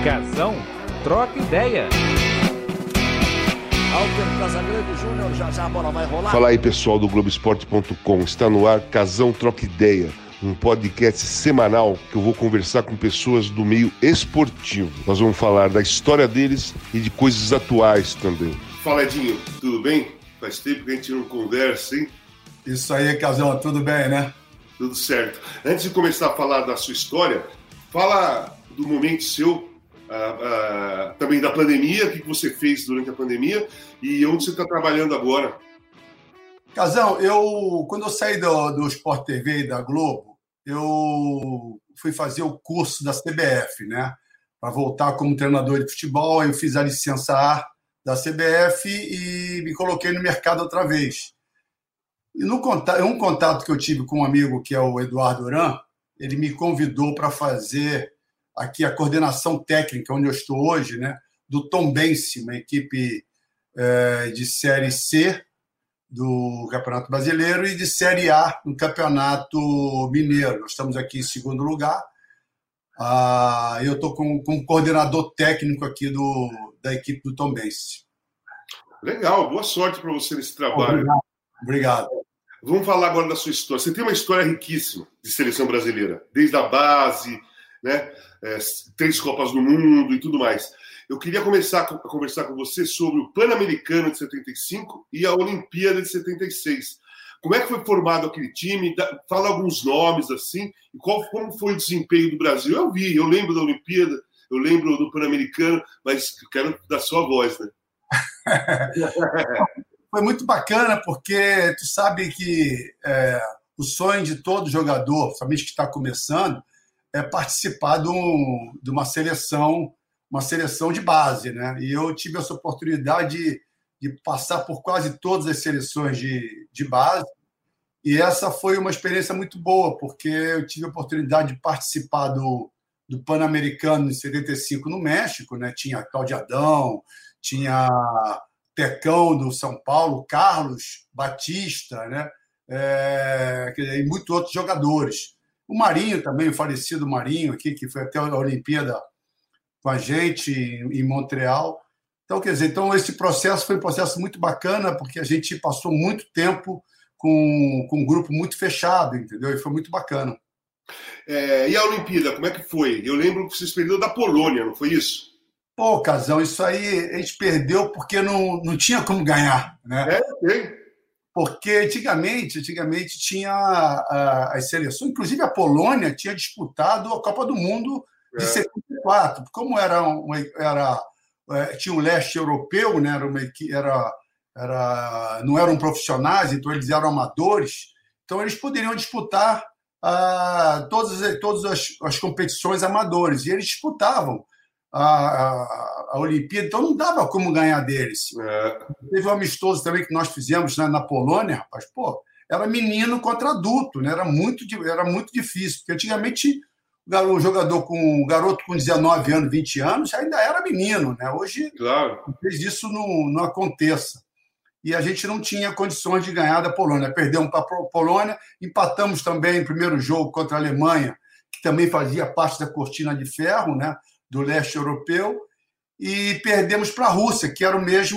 Casão, troca ideia. Alter Casagrande Júnior, já a bola vai rolar. Fala aí, pessoal do Globoesporte.com. Está no ar Casão Troca Ideia, um podcast semanal que eu vou conversar com pessoas do meio esportivo. Nós vamos falar da história deles e de coisas atuais também. Fala, Edinho, tudo bem? Faz tempo que a gente não conversa, hein? Isso aí, Casão, tudo bem, né? Tudo certo. Antes de começar a falar da sua história, fala do momento seu, também da pandemia, o que você fez durante a pandemia e onde você está trabalhando agora. Casão, quando eu saí do Sport TV e da Globo, eu fui fazer o curso da CBF, né? Para voltar como treinador de futebol. Eu fiz a licença A da CBF e me coloquei no mercado outra vez. E um contato que eu tive com um amigo, que é o Eduardo Oran, ele me convidou para fazer aqui a coordenação técnica, onde eu estou hoje, né, do Tombense, uma equipe de Série C do Campeonato Brasileiro e de Série A no Campeonato Mineiro. Nós estamos aqui em segundo lugar. Eu estou como coordenador técnico aqui da equipe do Tombense. Legal, boa sorte para você nesse trabalho. Obrigado. Vamos falar agora da sua história. Você tem uma história riquíssima de seleção brasileira, desde a base, né? 3 Copas do Mundo e tudo mais. Eu queria começar a conversar com você sobre o Pan-Americano de 75 e a Olimpíada de 76. Como é que foi formado aquele time? Fala alguns nomes, assim, e como foi o desempenho do Brasil. Eu lembro da Olimpíada, eu lembro do Pan-Americano, mas eu quero da sua voz, né? Foi muito bacana, porque tu sabe que o sonho de todo jogador, somente que está começando, é participar de uma seleção de base, né? E eu tive essa oportunidade de passar por quase todas as seleções de base, e essa foi uma experiência muito boa, porque eu tive a oportunidade de participar do Pan-Americano em 75 no México, né? Tinha Cláudio Adão, tinha Tecão do São Paulo, Carlos Batista, né? E muitos outros jogadores. O Marinho também, o falecido Marinho aqui, que foi até a Olimpíada com a gente em Montreal. Então, quer dizer, esse processo foi um processo muito bacana, porque a gente passou muito tempo com um grupo muito fechado, entendeu? E foi muito bacana. E a Olimpíada, como é que foi? Eu lembro que vocês perderam da Polônia, não foi isso? Pô, Casão, isso aí a gente perdeu porque não tinha como ganhar, né? Porque antigamente tinha as seleções, inclusive a Polônia tinha disputado a Copa do Mundo de 74. Como tinha o leste europeu, né? Não eram profissionais, então eles eram amadores, então eles poderiam disputar todas as competições amadores, e eles disputavam a Olimpíada, então não dava como ganhar deles. Teve um amistoso também que nós fizemos, né, na Polônia, rapaz, era menino contra adulto, né? Era muito difícil, porque antigamente um garoto com 19 anos, 20 anos, ainda era menino, né? Hoje, claro, isso não aconteça. E a gente não tinha condições de ganhar da Polônia. Perdemos para a Polônia, empatamos também o primeiro jogo contra a Alemanha, que também fazia parte da cortina de ferro, né, do leste europeu, e perdemos para a Rússia, que era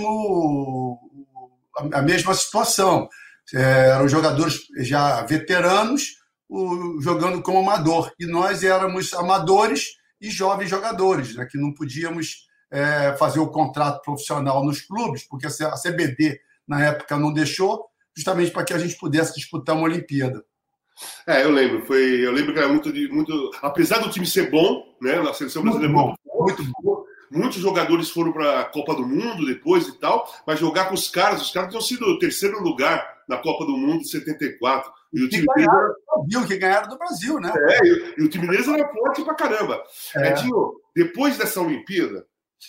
a mesma situação. Eram jogadores já veteranos jogando como amador, e nós éramos amadores e jovens jogadores, né, que não podíamos fazer o contrato profissional nos clubes, porque a CBD, na época, não deixou, justamente para que a gente pudesse disputar uma Olimpíada. Eu lembro que era muito. Apesar do time ser bom, né? Na seleção brasileira muito bom. Muitos jogadores foram para a Copa do Mundo depois e tal, mas jogar com os caras tinham sido o 3º lugar na Copa do Mundo de 74. E o time que ganharam do Brasil, né? E o time deles era forte pra caramba. Edinho, depois dessa Olimpíada,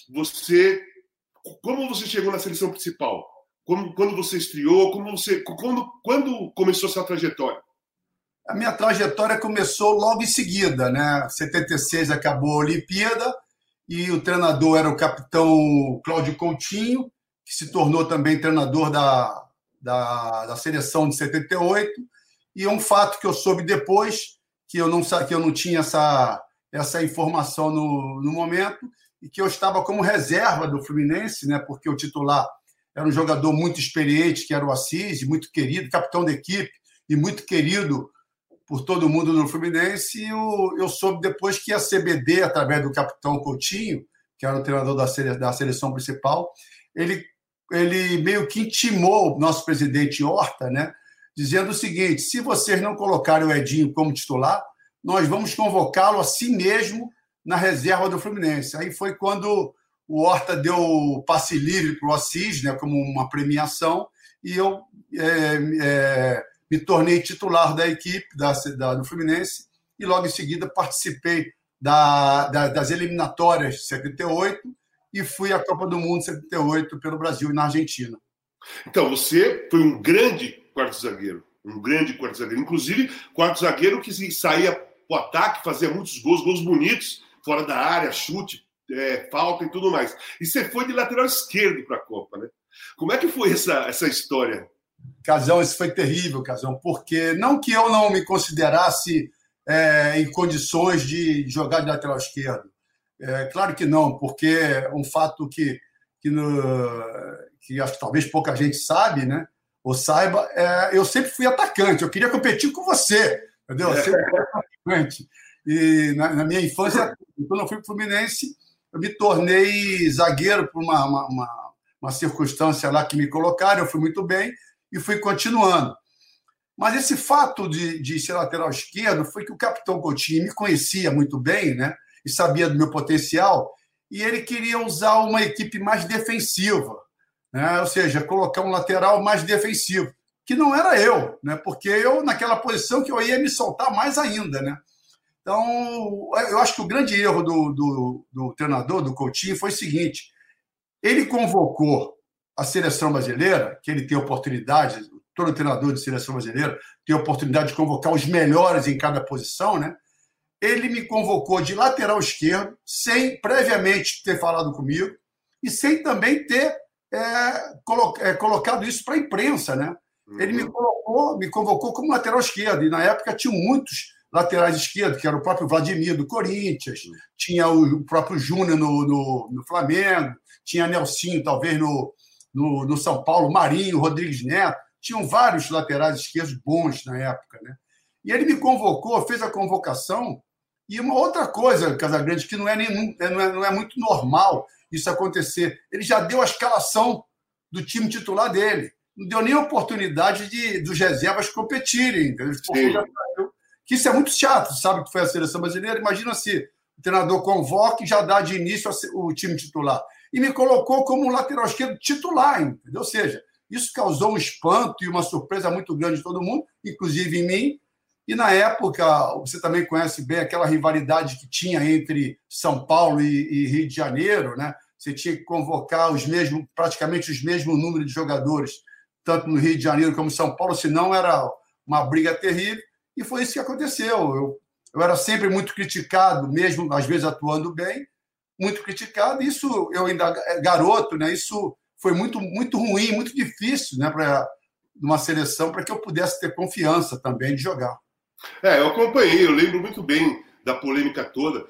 como você chegou na seleção principal? Quando você estreou? Quando começou essa trajetória? A minha trajetória começou logo em seguida, né? Em 76 acabou a Olimpíada e o treinador era o capitão Cláudio Coutinho, que se tornou também treinador da seleção de 78. E um fato que eu soube depois, que eu não tinha essa informação no momento, e que eu estava como reserva do Fluminense, né, porque o titular era um jogador muito experiente, que era o Assis, muito querido, capitão da equipe, e muito querido por todo mundo no Fluminense. E eu soube depois que a CBD, através do capitão Coutinho, que era o treinador da seleção principal, ele meio que intimou o nosso presidente Horta, né, dizendo o seguinte: se vocês não colocarem o Edinho como titular, nós vamos convocá-lo a si mesmo na reserva do Fluminense. Aí foi quando o Horta deu o passe livre para o Assis, né, como uma premiação, e eu me tornei titular da equipe do Fluminense, e logo em seguida participei das eliminatórias de 78 e fui à Copa do Mundo de 78 pelo Brasil e na Argentina. Então, você foi um grande quarto-zagueiro. Inclusive, quarto-zagueiro que saía para o ataque, fazia muitos gols bonitos, fora da área, chute, falta e tudo mais. E você foi de lateral esquerdo para a Copa, né? Como é que foi essa história? Casão, isso foi terrível, Casão, porque não que eu não me considerasse em condições de jogar de lateral esquerdo. Claro que não, porque é um fato que acho que talvez pouca gente sabe, né? Ou saiba, eu sempre fui atacante, eu queria competir com você, entendeu? Eu sempre fui atacante. E na minha infância, quando eu fui para o Fluminense, eu me tornei zagueiro por uma circunstância lá que me colocaram, eu fui muito bem e fui continuando. Mas esse fato de ser lateral esquerdo foi que o capitão Coutinho me conhecia muito bem, né? E sabia do meu potencial, e ele queria usar uma equipe mais defensiva, né? Ou seja, colocar um lateral mais defensivo, que não era eu, né? Porque eu, naquela posição, que eu ia me soltar mais ainda, né? Então, eu acho que o grande erro do treinador, do Coutinho, foi o seguinte: ele convocou a seleção brasileira, que ele tem oportunidade, todo treinador de seleção brasileira tem oportunidade de convocar os melhores em cada posição, né? Ele me convocou de lateral esquerdo, sem previamente ter falado comigo e sem também ter colocado isso para a imprensa, né? Ele me convocou como lateral esquerdo, e na época tinham muitos laterais esquerdos, que era o próprio Vladimir do Corinthians, tinha o próprio Júnior no Flamengo, tinha Nelsinho, talvez, no São Paulo, Marinho, Rodrigues Neto, tinham vários laterais esquerdos bons na época, né? E ele me convocou, fez a convocação. E uma outra coisa, Casagrande, que não é muito normal isso acontecer, ele já deu a escalação do time titular dele. Não deu nem a oportunidade dos reservas competirem. Que isso é muito chato, sabe, que foi a seleção brasileira. Imagina se o treinador convoca e já dá de início o time titular. E me colocou como um lateral esquerdo titular, entendeu? Ou seja, isso causou um espanto e uma surpresa muito grande de todo mundo, inclusive em mim. E, na época, você também conhece bem aquela rivalidade que tinha entre São Paulo e Rio de Janeiro, né? Você tinha que convocar praticamente os mesmos números de jogadores, tanto no Rio de Janeiro como em São Paulo, senão era uma briga terrível. E foi isso que aconteceu. Eu era sempre muito criticado, mesmo às vezes atuando bem, muito criticado. Isso, eu ainda garoto, né? Isso foi muito, muito ruim, muito difícil, né, para uma seleção, para que eu pudesse ter confiança também de jogar. Eu acompanhei, eu lembro muito bem da polêmica toda,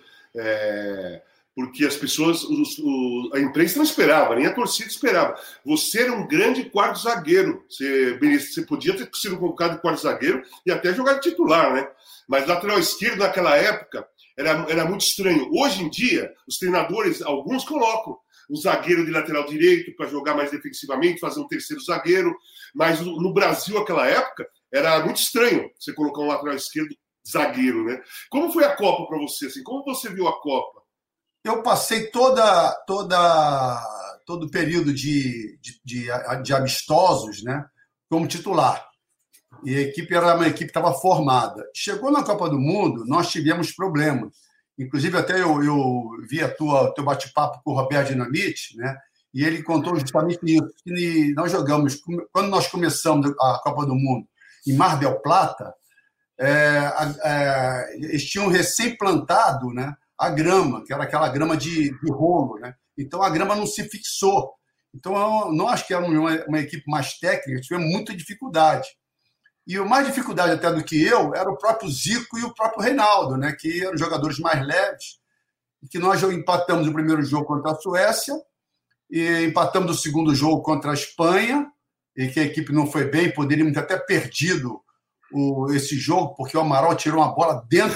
porque as pessoas, a imprensa não esperava, nem a torcida esperava. Você era um grande quarto-zagueiro, você podia ter sido convocado de quarto-zagueiro e até jogar de titular, né? Mas lateral esquerdo naquela época era muito estranho. Hoje em dia, os treinadores, alguns colocam o zagueiro de lateral direito para jogar mais defensivamente, fazer um terceiro zagueiro, mas no Brasil, naquela época, era muito estranho você colocar um lateral esquerdo zagueiro, né? Como foi a Copa para você? Assim? Como você viu a Copa? Eu passei todo o período de amistosos, né, como titular. E a equipe era uma equipe que estava formada. Chegou na Copa do Mundo, nós tivemos problemas. Inclusive, até eu vi teu bate-papo com o Roberto Dinamite, né? E ele contou justamente isso. Que nós jogamos, quando nós começamos a Copa do Mundo em Mar del Plata, eles tinham recém-plantado, né, a grama, que era aquela grama de rolo, né? Então, a grama não se fixou. Então, nós, que éramos uma equipe mais técnica, tivemos muita dificuldade. E o mais dificuldade até do que eu era o próprio Zico e o próprio Reinaldo, né, que eram jogadores mais leves. que nós empatamos o primeiro jogo contra a Suécia e empatamos o segundo jogo contra a Espanha, e que a equipe não foi bem, poderíamos ter até perdido esse jogo, porque o Amaral tirou uma bola dentro.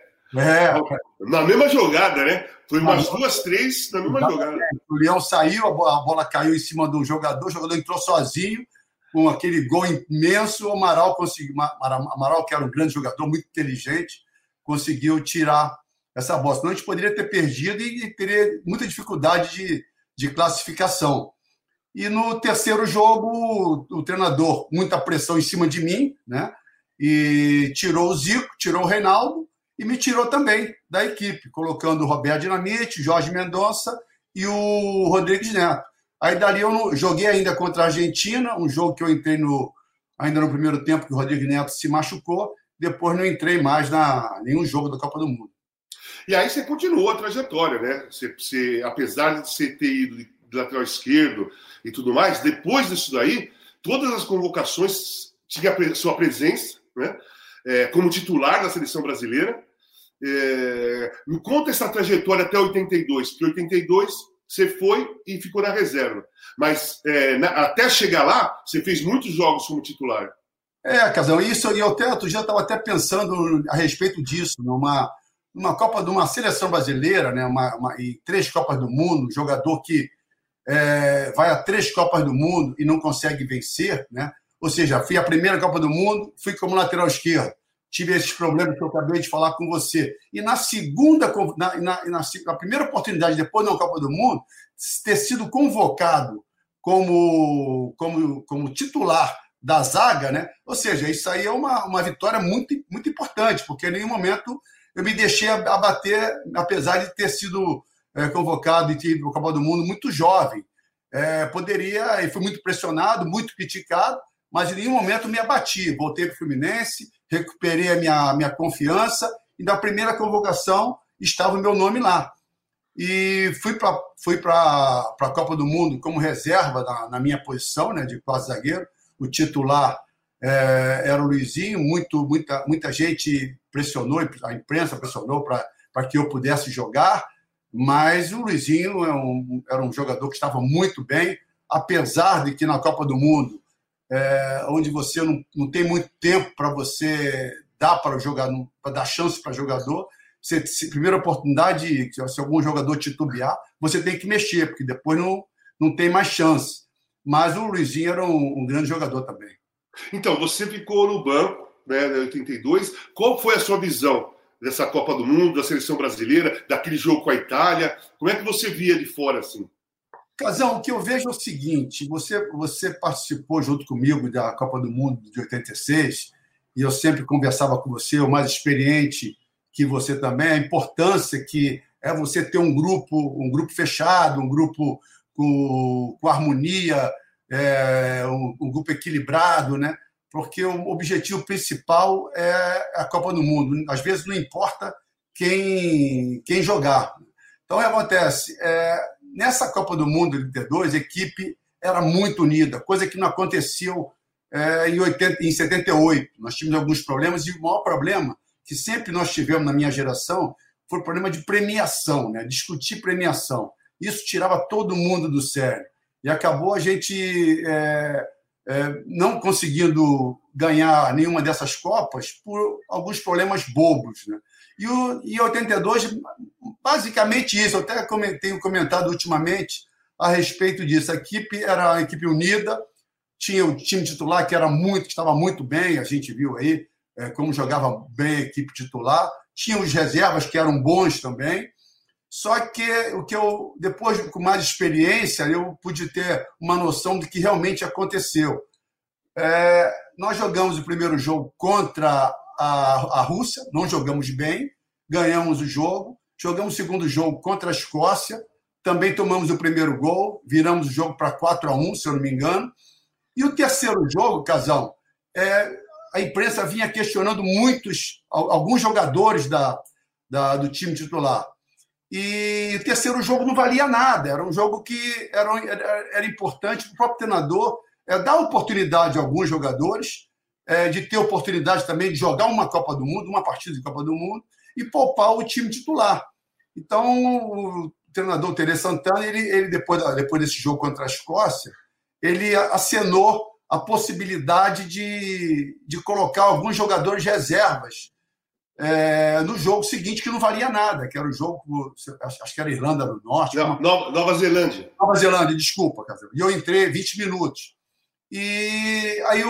Na mesma jogada, né? Foi umas 2, 3 na mesma jogada. O Leão saiu, a bola caiu em cima do jogador, o jogador entrou sozinho, com aquele gol imenso, o Amaral conseguiu. Amaral, que era um grande jogador, muito inteligente, conseguiu tirar essa bola. Senão a gente poderia ter perdido e teria muita dificuldade de classificação. E no terceiro jogo, o treinador, muita pressão em cima de mim, né? E tirou o Zico, tirou o Reinaldo e me tirou também da equipe, colocando o Roberto Dinamite, Jorge Mendonça e o Rodrigues Neto. Aí dali eu joguei ainda contra a Argentina, um jogo que eu entrei ainda no primeiro tempo, que o Rodrigues Neto se machucou, depois não entrei mais em nenhum jogo da Copa do Mundo. E aí você continuou a trajetória, né? Você, apesar de você ter ido de lateral esquerdo e tudo mais, depois disso daí, todas as convocações tinham a sua presença, né? Como titular da seleção brasileira. Me conta essa trajetória até 82, porque 82 você foi e ficou na reserva. Mas até chegar lá, você fez muitos jogos como titular. Casão, isso e eu outro dia estava até pensando a respeito disso, numa Copa de uma seleção brasileira, né? E 3 Copas do Mundo, um jogador que vai a 3 Copas do Mundo e não consegue vencer, né? Ou seja, fui a primeira Copa do Mundo, fui como lateral esquerdo, tive esses problemas que eu acabei de falar com você. E na primeira oportunidade, depois da Copa do Mundo, ter sido convocado como titular da zaga, né? Ou seja, isso aí é uma vitória muito, muito importante, porque em nenhum momento eu me deixei abater, apesar de ter sido convocado e ter ido para a Copa do Mundo muito jovem. Poderia, e fui muito pressionado, muito criticado, mas em nenhum momento me abati. Voltei para o Fluminense, recuperei a minha confiança e na primeira convocação estava o meu nome lá. E fui para a Copa do Mundo como reserva na minha posição, né, de quase zagueiro. O titular era o Luizinho, muita gente pressionou, a imprensa pressionou para que eu pudesse jogar, mas o Luizinho era um jogador que estava muito bem, apesar de que na Copa do Mundo, onde você não tem muito tempo para você dar para jogar, para dar chance para jogador, primeira oportunidade, se algum jogador titubear, você tem que mexer, porque depois não tem mais chance. Mas o Luizinho era um grande jogador também. Então, você ficou no banco, né, em 82. Qual foi a sua visão dessa Copa do Mundo, da seleção brasileira, daquele jogo com a Itália? Como é que você via de fora, assim? Casão, o que eu vejo é o seguinte, você participou junto comigo da Copa do Mundo de 86, e eu sempre conversava com você, o mais experiente que você também, a importância que é você ter um grupo fechado, um grupo com harmonia, um grupo equilibrado, né? Porque o objetivo principal é a Copa do Mundo. Às vezes não importa quem jogar. Então, o que acontece? Nessa Copa do Mundo de 82, a equipe era muito unida, coisa que não aconteceu em 78. Nós tivemos alguns problemas e o maior problema que sempre nós tivemos na minha geração foi o problema de premiação, né? Discutir premiação. Isso tirava todo mundo do sério. E acabou a gente não conseguindo ganhar nenhuma dessas Copas por alguns problemas bobos, né? E em 82, basicamente isso. Eu até tenho comentado ultimamente a respeito disso. A equipe era uma equipe unida, tinha o time titular que estava muito bem, a gente viu aí como jogava bem a equipe titular. Tinha os reservas que eram bons também. Só que depois, com mais experiência, eu pude ter uma noção do que realmente aconteceu. Nós jogamos o primeiro jogo contra a Rússia, não jogamos bem, ganhamos o jogo. Jogamos o segundo jogo contra a Escócia, também tomamos o primeiro gol, viramos o jogo para 4-1, se eu não me engano. E o terceiro jogo, Casão, a imprensa vinha questionando alguns jogadores do time titular. E o terceiro jogo não valia nada, era um jogo que era importante para o próprio treinador dar oportunidade a alguns jogadores, de ter oportunidade também de jogar uma Copa do Mundo, uma partida de Copa do Mundo, e poupar o time titular. Então, o treinador Tele Santana, ele depois desse jogo contra a Escócia, ele acenou a possibilidade de colocar alguns jogadores reservas no jogo seguinte, que não valia nada, que era o jogo, acho que era Irlanda do Norte. Não, Nova Zelândia. Nova Zelândia, desculpa, Casal. E eu entrei 20 minutos. E aí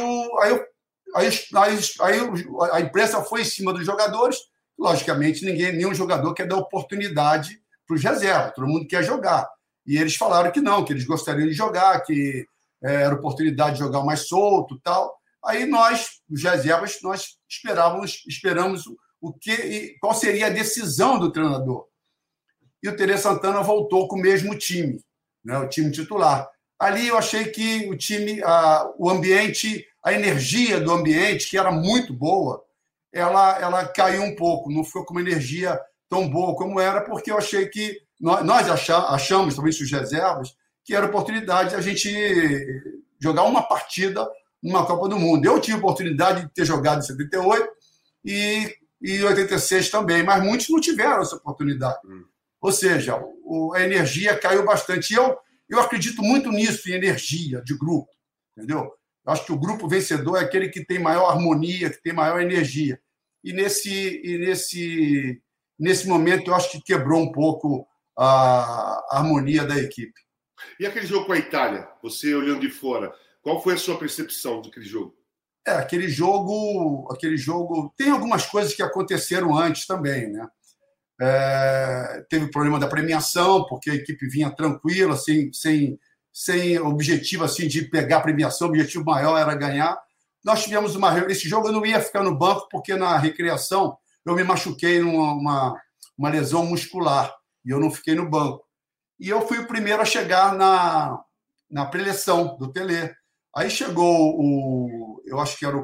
a imprensa foi em cima dos jogadores. Logicamente, nenhum jogador quer dar oportunidade para os reservas, todo mundo quer jogar. E eles falaram que não, que eles gostariam de jogar, que era oportunidade de jogar mais solto e tal. Aí nós, os reservas, nós esperamos qual seria a decisão do treinador. E o Tele Santana voltou com o mesmo time, né, o time titular. Ali eu achei que o time, o ambiente, a energia do ambiente, que era muito boa, ela caiu um pouco, não foi com uma energia tão boa como era, porque eu achei que nós achamos, também os reservas, que era oportunidade de a gente jogar uma partida numa Copa do Mundo. Eu tive a oportunidade de ter jogado em 78 e em 86 também, mas muitos não tiveram essa oportunidade. Ou seja, a energia caiu bastante. E eu acredito muito nisso, em energia de grupo, entendeu? Eu acho que o grupo vencedor é aquele que tem maior harmonia, que tem maior energia. E nesse momento, eu acho que quebrou um pouco a harmonia da equipe. E aquele jogo com a Itália, você olhando de fora, qual foi a sua percepção daquele jogo? Aquele jogo tem algumas coisas que aconteceram antes também, né? Teve o problema da premiação, porque a equipe vinha tranquila, sem objetivo assim, de pegar a premiação, o objetivo maior era ganhar. Nós tivemos esse jogo eu não ia ficar no banco, porque na recreação eu me machuquei numa lesão muscular, e eu não fiquei no banco. E eu fui o primeiro a chegar na preleção do Tele. Aí chegou eu acho que era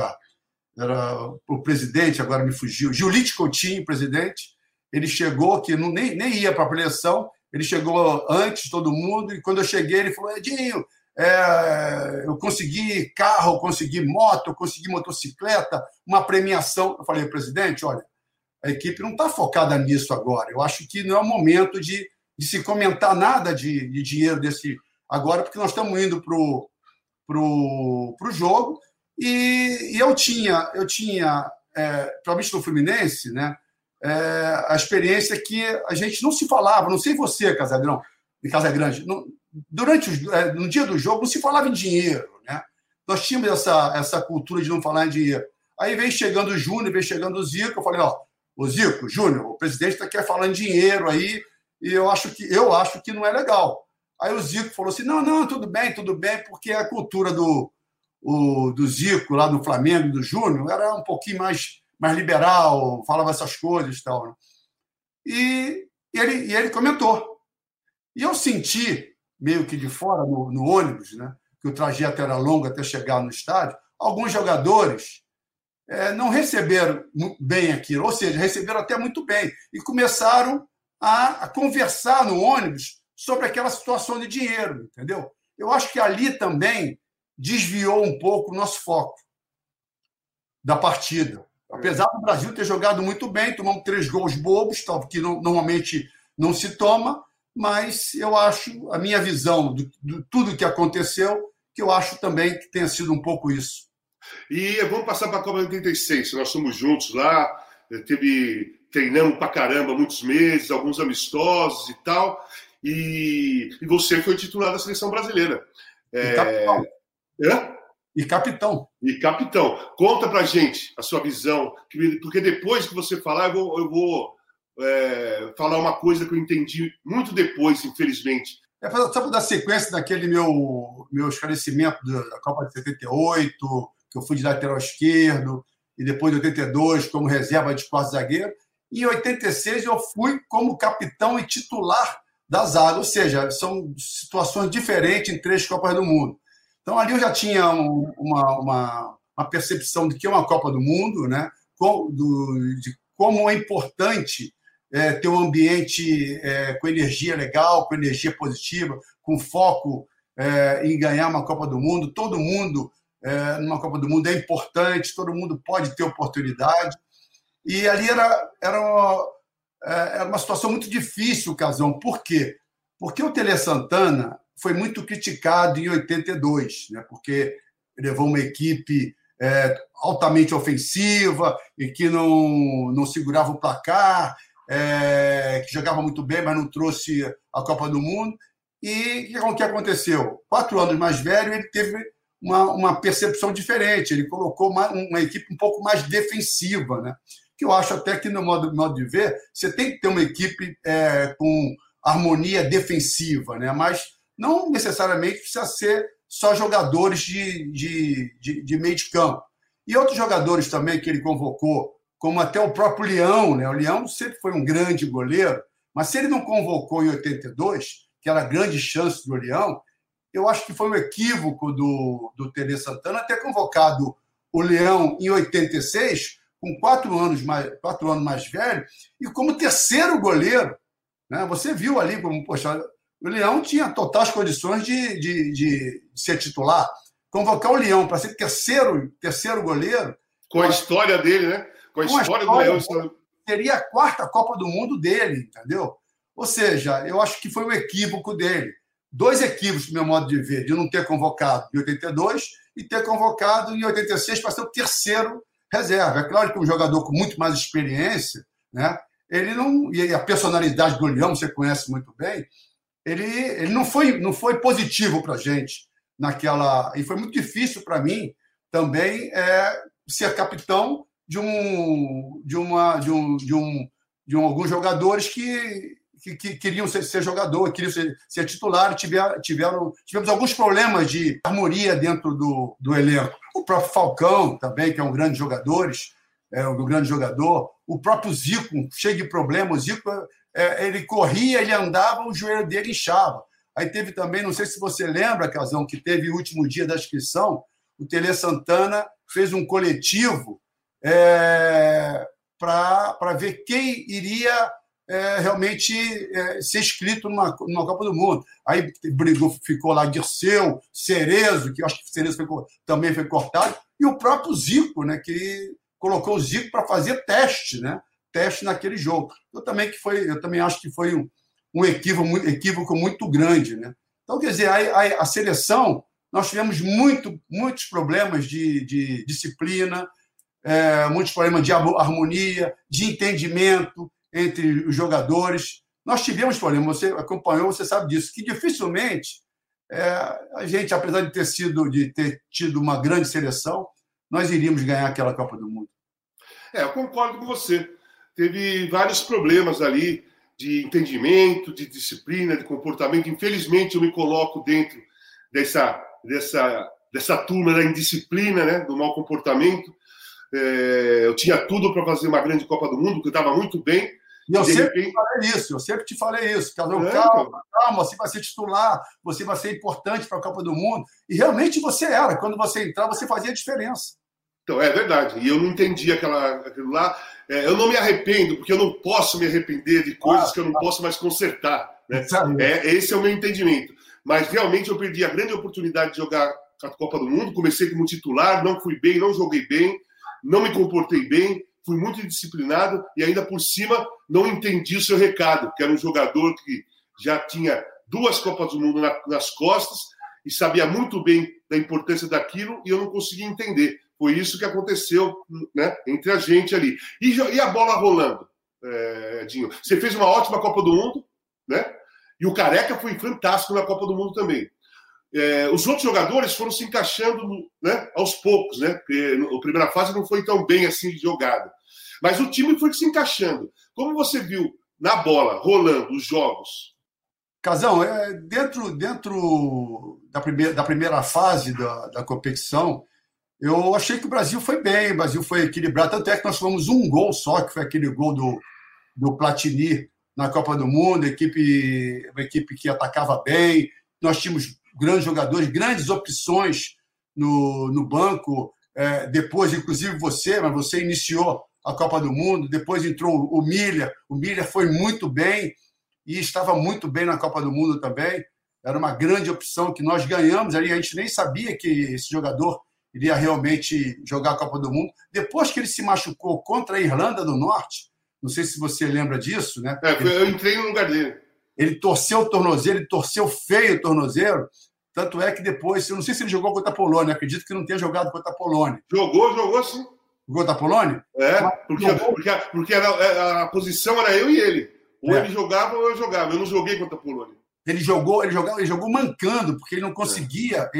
o presidente, agora me fugiu, Giulite Coutinho, presidente. Ele chegou, que nem ia para a preleção, ele chegou antes de todo mundo, e quando eu cheguei, ele falou: Edinho, eu consegui carro, eu consegui moto, eu consegui motocicleta, uma premiação. Eu falei: presidente, olha, a equipe não está focada nisso agora. Eu acho que não é o momento de se comentar nada de dinheiro desse agora, porque nós estamos indo para o jogo. E eu tinha principalmente no Fluminense, né, a experiência que a gente não se falava, não sei você, Casagrande, no dia do jogo não se falava em dinheiro, né? Nós tínhamos essa cultura de não falar em dinheiro. Aí vem chegando o Júnior, vem chegando o Zico, eu falei: o Zico, Júnior, o presidente quer falar em dinheiro aí, e eu acho que não é legal. Aí o Zico falou assim: não, tudo bem, porque a cultura do Zico lá no Flamengo, do Júnior, era um pouquinho mais liberal, falava essas coisas e tal. Né? E ele comentou. E eu senti, meio que de fora, no ônibus, né, que o trajeto era longo até chegar no estádio, alguns jogadores não receberam bem aquilo, ou seja, receberam até muito bem, e começaram a conversar no ônibus sobre aquela situação de dinheiro, entendeu? Eu acho que ali também desviou um pouco o nosso foco da partida. Apesar do Brasil ter jogado muito bem, tomamos 3 gols bobos, que normalmente não se toma, mas eu acho, a minha visão de tudo que aconteceu, que eu acho também que tenha sido um pouco isso. E vamos passar para a Copa de 86. Nós somos juntos lá, treinamos pra caramba muitos meses, alguns amistosos e tal, e você foi titular da seleção brasileira. Capitão. E capitão. Conta pra gente a sua visão, porque depois que você falar, eu vou falar uma coisa que eu entendi muito depois, infelizmente. Só para dar sequência naquele meu esclarecimento da Copa de 78, que eu fui de lateral esquerdo, e depois de 82 como reserva de quarto zagueiro. E em 86 eu fui como capitão e titular da zaga, ou seja, são situações diferentes em 3 Copas do Mundo. Então, ali eu já tinha uma percepção de que é uma Copa do Mundo, né? De como é importante ter um ambiente com energia legal, com energia positiva, com foco em ganhar uma Copa do Mundo. Todo mundo, numa Copa do Mundo, é importante, todo mundo pode ter oportunidade. E ali era uma situação muito difícil, Casão. Por quê? Porque o Tele Santana foi muito criticado em 82, né? Porque levou uma equipe altamente ofensiva e que não segurava o placar, que jogava muito bem, mas não trouxe a Copa do Mundo. E o que aconteceu? 4 anos mais velho, ele teve uma percepção diferente. Ele colocou uma equipe um pouco mais defensiva, né? Que eu acho até que, no modo de ver, você tem que ter uma equipe com harmonia defensiva, né? Mas não necessariamente precisa ser só jogadores de meio de campo. E outros jogadores também que ele convocou, como até o próprio Leão, né? O Leão sempre foi um grande goleiro, mas se ele não convocou em 82, que era a grande chance do Leão, eu acho que foi um equívoco do Tele Santana ter convocado o Leão em 86, com 4 anos mais velho, e como terceiro goleiro. Né? Você viu ali como, poxa, o Leão tinha totais condições de ser titular. Convocar o Leão para ser terceiro goleiro... Com a história dele, né? Com a história do Leão. Seria a 4ª Copa do Mundo dele, entendeu? Ou seja, eu acho que foi um equívoco dele. 2 equívocos, do meu modo de ver, de não ter convocado em 82 e ter convocado em 86 para ser o terceiro reserva. É claro que um jogador com muito mais experiência, né? Ele não, e a personalidade do Leão, você conhece muito bem, ele não foi positivo para a gente naquela. E foi muito difícil para mim também ser capitão de alguns jogadores que queriam ser jogador, queriam ser titular, tivemos alguns problemas de harmonia dentro do elenco. O próprio Falcão também, que é um grande jogador, o próprio Zico, cheio de problemas. O Zico, ele corria, ele andava, o joelho dele inchava. Aí teve também, não sei se você lembra, Casão, que teve o último dia da inscrição, o Tele Santana fez um coletivo para ver quem iria realmente ser inscrito numa Copa do Mundo. Aí ficou lá Dirceu, Cerezo, que eu acho que Cerezo também foi cortado, e o próprio Zico, né, que colocou o Zico para fazer teste, né? Teste naquele jogo. Eu também acho que foi um equívoco muito grande, né? Então, quer dizer, a seleção, nós tivemos muitos problemas de disciplina, muitos problemas de harmonia, de entendimento entre os jogadores. Nós tivemos problemas, você acompanhou, você sabe disso, que dificilmente a gente, apesar de ter tido uma grande seleção, nós iríamos ganhar aquela Copa do Mundo. Eu concordo com você. Teve vários problemas ali de entendimento, de disciplina, de comportamento. Infelizmente, eu me coloco dentro dessa turma da indisciplina, né, do mau comportamento. Eu tinha tudo para fazer uma grande Copa do Mundo, porque eu estava muito bem. E eu sempre te falei isso. Calma, você vai ser titular, você vai ser importante para a Copa do Mundo. E realmente você era. Quando você entrava, você fazia a diferença. Então, é verdade. E eu não entendi aquilo lá. Eu não me arrependo, porque eu não posso me arrepender de coisas que eu não posso mais consertar. Né? Esse é o meu entendimento. Mas realmente eu perdi a grande oportunidade de jogar a Copa do Mundo. Comecei como titular, não fui bem, não joguei bem, não me comportei bem, fui muito indisciplinado e ainda por cima não entendi o seu recado, que era um jogador que já tinha 2 Copas do Mundo nas costas e sabia muito bem da importância daquilo e eu não conseguia entender. Foi isso que aconteceu, né, entre a gente ali. E a bola rolando, Edinho? Você fez uma ótima Copa do Mundo, né? E o Careca foi fantástico na Copa do Mundo também. Os outros jogadores foram se encaixando, né, aos poucos, né? Porque a primeira fase não foi tão bem assim de jogada. Mas o time foi se encaixando. Como você viu na bola, rolando os jogos? Casão, dentro da primeira fase da competição, eu achei que o Brasil foi bem, o Brasil foi equilibrado, tanto é que nós fomos um gol só, que foi aquele gol do Platini na Copa do Mundo, uma equipe que atacava bem, nós tínhamos grandes jogadores, grandes opções no banco, depois, inclusive mas você iniciou a Copa do Mundo, depois entrou o Miller foi muito bem e estava muito bem na Copa do Mundo também, era uma grande opção que nós ganhamos, ali a gente nem sabia que esse jogador iria realmente jogar a Copa do Mundo. Depois que ele se machucou contra a Irlanda do Norte, Não sei se você lembra disso, né? Eu entrei no lugar dele. Ele torceu o tornozelo, ele torceu feio o tornozelo. Tanto é que depois, eu não sei se ele jogou contra a Polônia, acredito que não tenha jogado contra a Polônia. Jogou sim. Jogou contra a Polônia? Porque a posição era eu e ele. Ou ele jogava ou eu jogava. Eu não joguei contra a Polônia. Ele jogou mancando, porque ele não conseguia,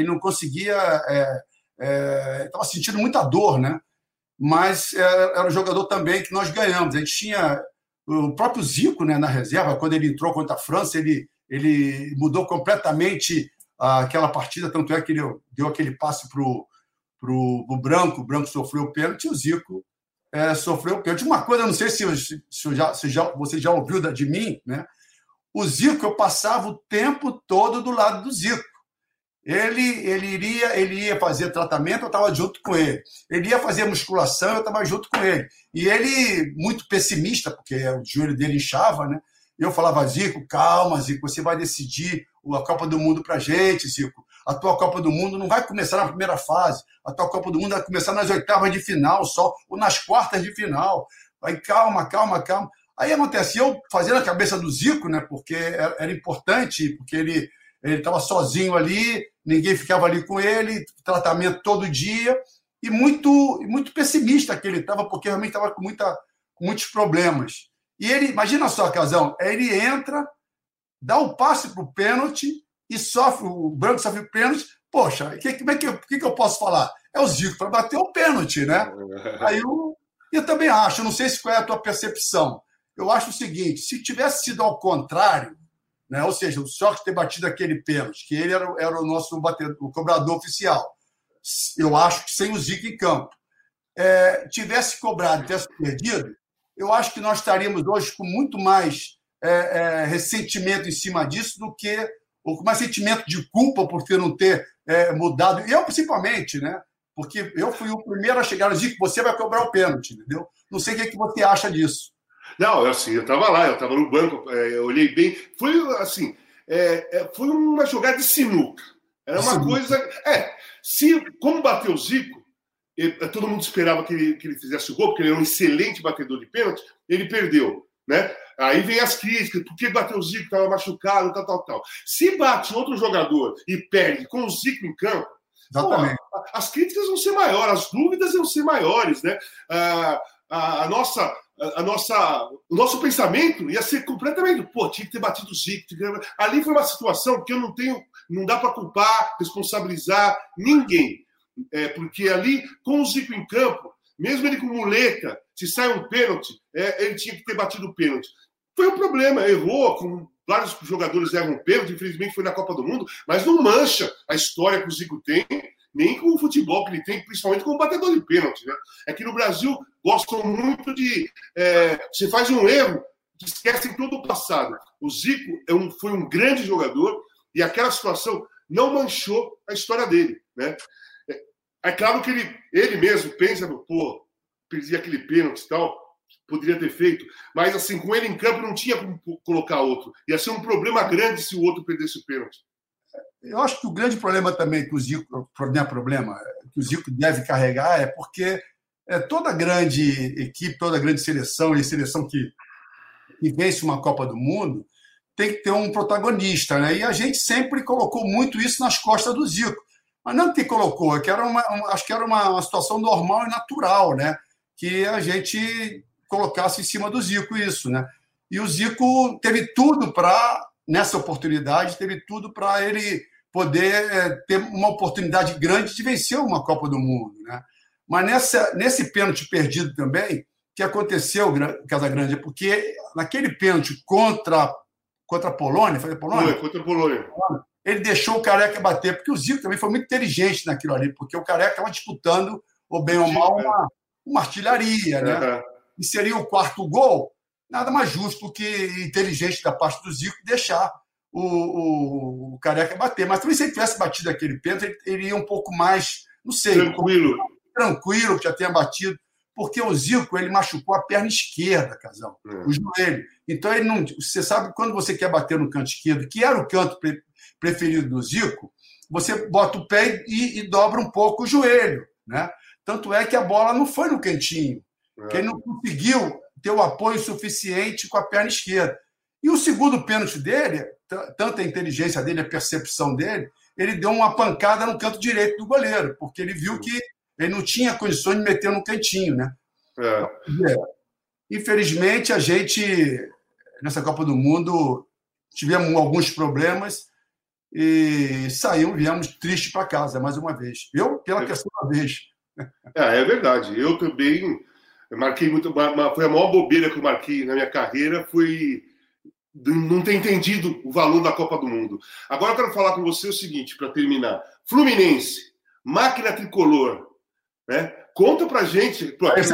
estava sentindo muita dor, né? Mas era um jogador também que nós ganhamos. A gente tinha o próprio Zico, né, na reserva, quando ele entrou contra a França, ele mudou completamente aquela partida, tanto é que ele deu aquele passe para o Branco sofreu o pênalti, e o Zico sofreu o pênalti. Uma coisa, eu não sei se você já ouviu de mim, né? O Zico, eu passava o tempo todo do lado do Zico. Ele ia fazer tratamento, eu estava junto com ele. Ele ia fazer musculação, eu estava junto com ele. E ele, muito pessimista, porque o joelho dele inchava, né? Eu falava, Zico, calma, Zico, você vai decidir a Copa do Mundo para a gente, Zico. A tua Copa do Mundo não vai começar na primeira fase. A tua Copa do Mundo vai começar nas oitavas de final só, ou nas quartas de final. Aí, calma. Aí acontece, eu fazendo a cabeça do Zico, né, porque era importante, porque ele estava sozinho ali, ninguém ficava ali com ele, tratamento todo dia, e muito pessimista que ele estava, porque realmente estava com muitos problemas. E ele, imagina só, Casão, ele entra, dá o passe para o pênalti e o Branco sofre o pênalti. Poxa, o que eu posso falar? É o Zico para bater o pênalti, né? Aí eu também acho, não sei qual é a tua percepção. Eu acho o seguinte, se tivesse sido ao contrário, né, ou seja, o Sócrates ter batido aquele pênalti, que ele era o nosso o cobrador oficial, eu acho que sem o Zico em campo, tivesse cobrado e tivesse perdido, eu acho que nós estaríamos hoje com muito mais ressentimento em cima disso do que com mais sentimento de culpa por não ter mudado. Eu, principalmente, né? Porque eu fui o primeiro a chegar no Zico, você vai cobrar o pênalti, entendeu? Não sei o que você acha disso. Não, eu estava lá, eu estava no banco, eu olhei bem. Foi assim, foi uma jogada de sinuca. Era uma coisa. Como bateu o Zico, todo mundo esperava que ele fizesse o gol, porque ele era um excelente batedor de pênalti, ele perdeu, né? Aí vem as críticas, por que bateu o Zico, estava machucado, tal. Se bate outro jogador e perde com o Zico em campo, as críticas vão ser maiores, as dúvidas vão ser maiores, né? O nosso pensamento ia ser completamente, tinha que ter batido o Zico. Ali foi uma situação que não dá para culpar, responsabilizar ninguém. Porque ali, com o Zico em campo, mesmo ele com muleta, se sai um pênalti, ele tinha que ter batido o pênalti. Foi um problema, errou, com vários jogadores erram pênalti, infelizmente foi na Copa do Mundo, mas não mancha a história que o Zico tem, nem com o futebol que ele tem, principalmente como batedor de pênalti, né? É que no Brasil gostam muito de... você faz um erro, esquecem todo o passado. O Zico foi um grande jogador e aquela situação não manchou a história dele, né? É claro que ele mesmo pensa, perdi aquele pênalti e tal, poderia ter feito, mas assim, com ele em campo não tinha como colocar outro. Ia ser um problema grande se o outro perdesse o pênalti. Eu acho que o grande problema também que o Zico deve carregar é porque toda grande equipe, toda grande seleção, e seleção que vence uma Copa do Mundo, tem que ter um protagonista, né? E a gente sempre colocou muito isso nas costas do Zico. Mas não que colocou, acho que era uma situação normal e natural, né? Que a gente colocasse em cima do Zico isso, né? E o Zico teve tudo nessa oportunidade, teve tudo para ele poder ter uma oportunidade grande de vencer uma Copa do Mundo, né? Mas nesse pênalti perdido também, que aconteceu, Casagrande, porque naquele pênalti contra a Polônia, foi a Polônia? Foi, contra a Polônia. Ele deixou o Careca bater, porque o Zico também foi muito inteligente naquilo ali, porque o Careca estava disputando, ou bem ou mal, uma artilharia, né? E seria o quarto gol, nada mais justo que inteligente da parte do Zico deixar o Careca bater. Mas também se ele tivesse batido aquele pênalti, ele iria um pouco mais, não sei... Tranquilo, que já tenha batido, porque o Zico, ele machucou a perna esquerda, Casão, o joelho. Então, ele não... Você sabe, quando você quer bater no canto esquerdo, que era o canto preferido do Zico, você bota o pé e dobra um pouco o joelho, né? Tanto é que a bola não foi no cantinho, que ele não conseguiu ter o apoio suficiente com a perna esquerda. E o segundo pênalti dele, tanta a inteligência dele, a percepção dele, ele deu uma pancada no canto direito do goleiro, porque ele viu que ele não tinha condições de meter no cantinho, né? Infelizmente, a gente, nessa Copa do Mundo, tivemos alguns problemas e viemos tristes para casa, mais uma vez. Eu, pela terceira vez. É verdade. Eu também marquei muito. Foi a maior bobeira que eu marquei na minha carreira, foi não ter entendido o valor da Copa do Mundo. Agora eu quero falar com você o seguinte, para terminar. Fluminense, máquina tricolor, né? Conta pra gente.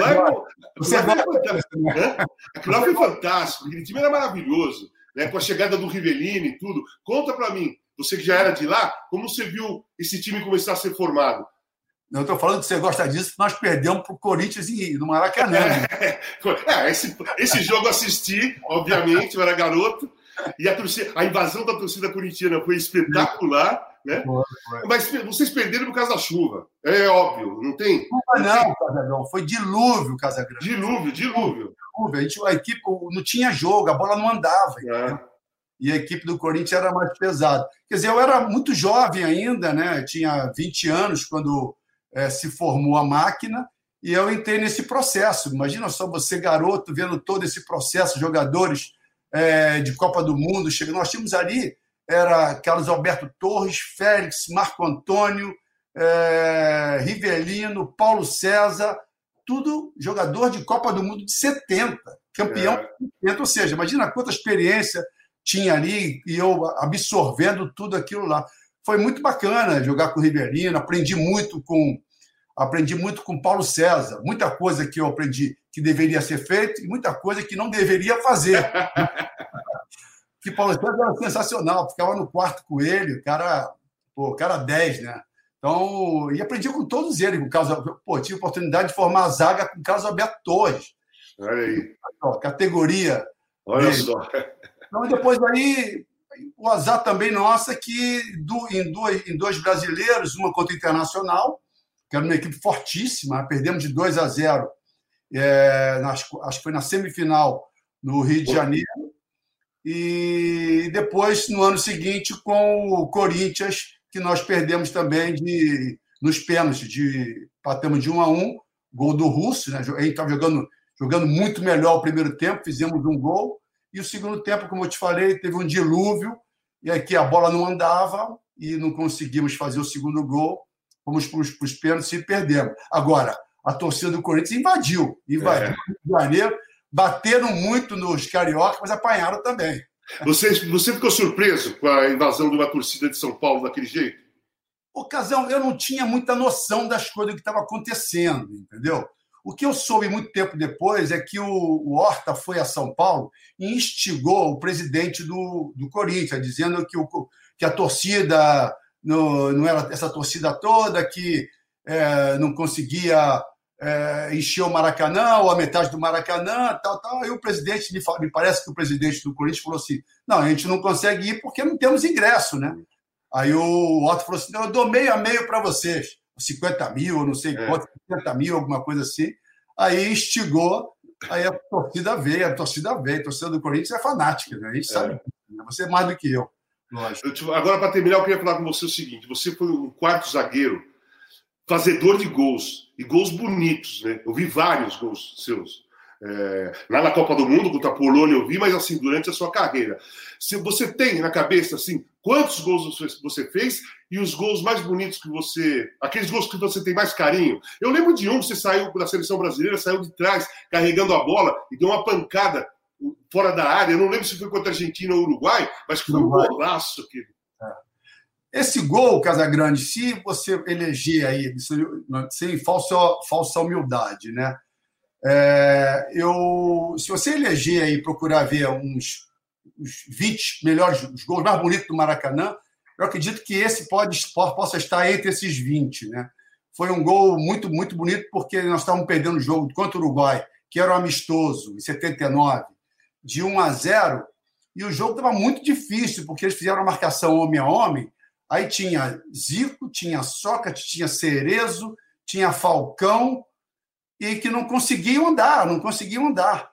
Aquilo lá foi fantástico. Aquele time era maravilhoso, né? Com a chegada do Rivellini e tudo. Conta pra mim, você que já era de lá, como você viu esse time começar a ser formado? Eu estou falando que você gosta disso, nós perdemos para o Corinthians no Maracanã. Esse jogo eu assisti, obviamente, eu era garoto, e a invasão da torcida corintiana foi espetacular, né? Mas vocês perderam por causa da chuva, é óbvio, não tem? Não, Casagrande, foi dilúvio, Casagrande. Dilúvio. A equipe não tinha jogo, a bola não andava. E a equipe do Corinthians era mais pesada. Quer dizer, eu era muito jovem ainda, né? Eu tinha 20 anos quando se formou a máquina, e eu entrei nesse processo. Imagina só você, garoto, vendo todo esse processo, jogadores de Copa do Mundo chegando. Nós tínhamos ali, era Carlos Alberto Torres, Félix, Marco Antônio, Rivellino, Paulo César, tudo jogador de Copa do Mundo de 70, campeão de 70, ou seja, imagina quanta experiência tinha ali, e eu absorvendo tudo aquilo lá. Foi muito bacana jogar com o Rivellino, aprendi muito com Paulo César, muita coisa que eu aprendi que deveria ser feito e muita coisa que não deveria fazer. Que Paulo César era sensacional, ficava no quarto com ele, o cara 10, né? Então, e aprendi com todos eles, tive a oportunidade de formar a zaga com o Carlos Alberto Torres. Olha aí. Categoria. Olha dele. Só. Então, depois aí, o azar também nosso é que em dois brasileiros, uma contra o Internacional, que era uma equipe fortíssima, perdemos de 2-0, acho que foi na semifinal no Rio de Janeiro, e depois, no ano seguinte, com o Corinthians, que nós perdemos também nos pênaltis, empatamos de 1-1, gol do Russo, né? A gente estava jogando muito melhor o primeiro tempo, fizemos um gol, e o segundo tempo, como eu te falei, teve um dilúvio, e aqui a bola não andava, e não conseguimos fazer o segundo gol, fomos para os pênaltis e perdemos. Agora, a torcida do Corinthians invadiu no Rio de Janeiro, bateram muito nos cariocas, mas apanharam também. Você ficou surpreso com a invasão de uma torcida de São Paulo daquele jeito? Casão, eu não tinha muita noção das coisas que estavam acontecendo, entendeu? O que eu soube muito tempo depois é que o Horta foi a São Paulo e instigou o presidente do Corinthians, dizendo que a torcida não era essa torcida toda, que não conseguia encher o Maracanã, ou a metade do Maracanã, tal. Aí o presidente, me parece que o presidente do Corinthians falou assim, não, a gente não consegue ir porque não temos ingresso, né? Aí o Horta falou assim, eu dou meio a meio para vocês, 50 mil, não sei quanto, 50 mil, alguma coisa assim. Aí instigou, aí a torcida veio, a torcida do Corinthians é fanática, né? A gente sabe, você é mais do que eu, lógico. Agora, para terminar, eu queria falar com você o seguinte, você foi um quarto zagueiro, fazedor de gols, e gols bonitos, né? Eu vi vários gols seus. Lá na Copa do Mundo, contra a Polônia, eu vi, mas assim, durante a sua carreira. Se você tem na cabeça, assim, quantos gols você fez e os gols mais bonitos que você... Aqueles gols que você tem mais carinho. Eu lembro de um, você saiu da seleção brasileira, saiu de trás, carregando a bola e deu uma pancada fora da área. Eu não lembro se foi contra a Argentina ou Uruguai, mas que foi um golaço aquele. Esse gol, Casagrande, se você eleger aí, sem falsa humildade, né? Se você eleger aí, procurar ver os 20 melhores, os gols mais bonitos do Maracanã, eu acredito que esse possa estar entre esses 20, né? Foi um gol muito, muito bonito, porque nós estávamos perdendo o jogo contra o Uruguai, que era um amistoso, em 79, de 1-0, e o jogo estava muito difícil, porque eles fizeram a marcação homem a homem, aí tinha Zico, tinha Sócrates, tinha Cerezo, tinha Falcão, e que não conseguiam andar.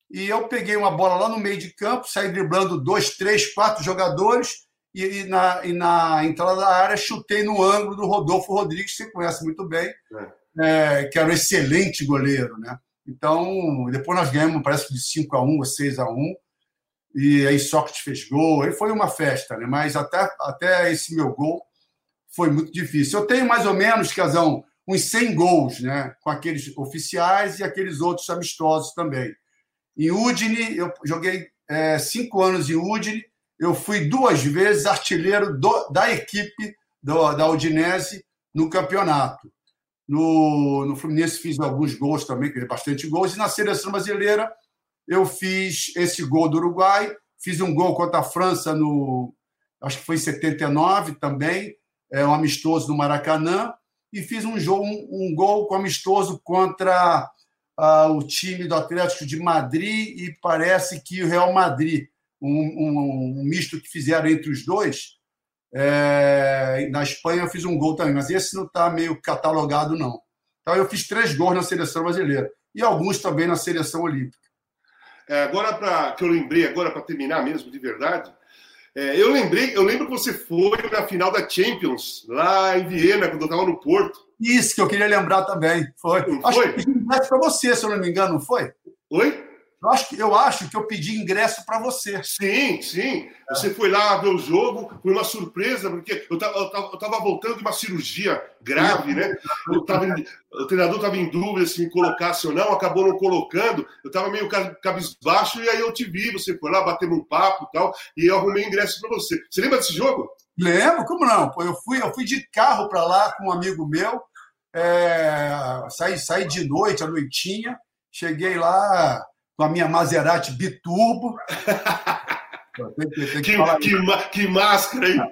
e eu peguei uma bola lá no meio de campo, saí driblando 2, 3, 4 jogadores e na entrada da área chutei no ângulo do Rodolfo Rodrigues, que você conhece muito bem, que era um excelente goleiro, né? Então, depois nós ganhamos, parece que de 5-1 ou 6-1, e aí Sócrates fez gol, aí foi uma festa, né? Mas até esse meu gol foi muito difícil. Eu tenho mais ou menos, Casão, uns 100 gols, né? Com aqueles oficiais e aqueles outros amistosos também. Em Udine, eu joguei 5 anos em Udine, eu fui 2 vezes artilheiro da equipe da Udinese no campeonato. No Fluminense fiz alguns gols também, bastante gols, e na seleção brasileira eu fiz esse gol do Uruguai, fiz um gol contra a França acho que foi em 79 também, um amistoso no Maracanã, e fiz um gol amistoso contra o time do Atlético de Madrid e parece que o Real Madrid, um misto que fizeram entre os dois. Na Espanha eu fiz um gol também, mas esse não está meio catalogado, não. Então eu fiz 3 gols na seleção brasileira e alguns também na seleção olímpica. Agora, que eu lembrei, agora para terminar mesmo, de verdade, eu lembro que você foi na final da Champions, lá em Viena, quando eu estava no Porto. Isso, que eu queria lembrar também. Foi. Acho que eu pedi ingresso para você, se eu não me engano, não foi? Oi? Eu acho que eu pedi ingresso para você. Sim. Você foi lá ver o jogo, foi uma surpresa, porque eu tava voltando de uma cirurgia grave, né? O treinador estava em dúvida se me colocasse ou não, acabou não colocando. Eu estava meio cabisbaixo e aí eu te vi, você foi lá, batemos um papo e tal, e eu arrumei ingresso para você. Você lembra desse jogo? Lembro, como não? Pô, eu fui de carro para lá com um amigo meu, saí de noite, à noitinha, cheguei lá com a minha Maserati biturbo. Que máscara, hein?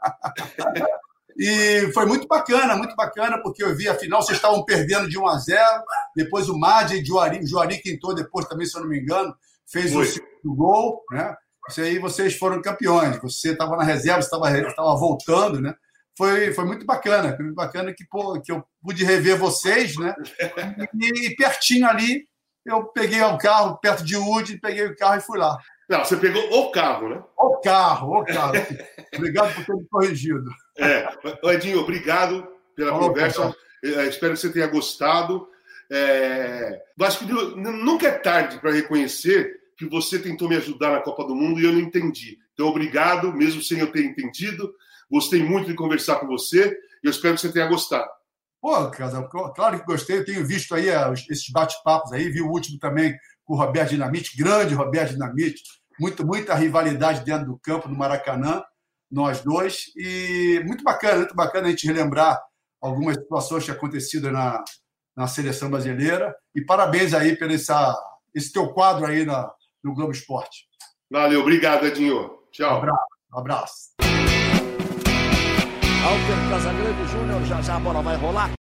E foi muito bacana, porque eu vi a final, vocês estavam perdendo de 1-0, depois o Madja e o Juari quintou depois também, se eu não me engano, fez o segundo gol, né? Isso aí vocês foram campeões, você estava na reserva, estava voltando, né? Foi muito bacana que eu pude rever vocês, né? E pertinho ali, eu peguei o carro, perto de Udine, peguei o carro e fui lá. Não, você pegou o carro, né? O carro. Obrigado por ter me corrigido. Edinho, obrigado pela conversa. Espero que você tenha gostado. Acho que nunca é tarde para reconhecer que você tentou me ajudar na Copa do Mundo e eu não entendi. Então, obrigado, mesmo sem eu ter entendido. Gostei muito de conversar com você e eu espero que você tenha gostado. Pô, Casal, claro que gostei. Eu tenho visto aí esses bate-papos aí, vi o último também com o Roberto Dinamite, grande Roberto Dinamite, muita rivalidade dentro do campo, no Maracanã, nós dois. E muito bacana a gente relembrar algumas situações que aconteceram na seleção brasileira. E parabéns aí pelo esse teu quadro aí no Globo Esporte. Valeu, obrigado, Edinho. Tchau. Um abraço. Alter Casagrande Júnior, já a bola vai rolar.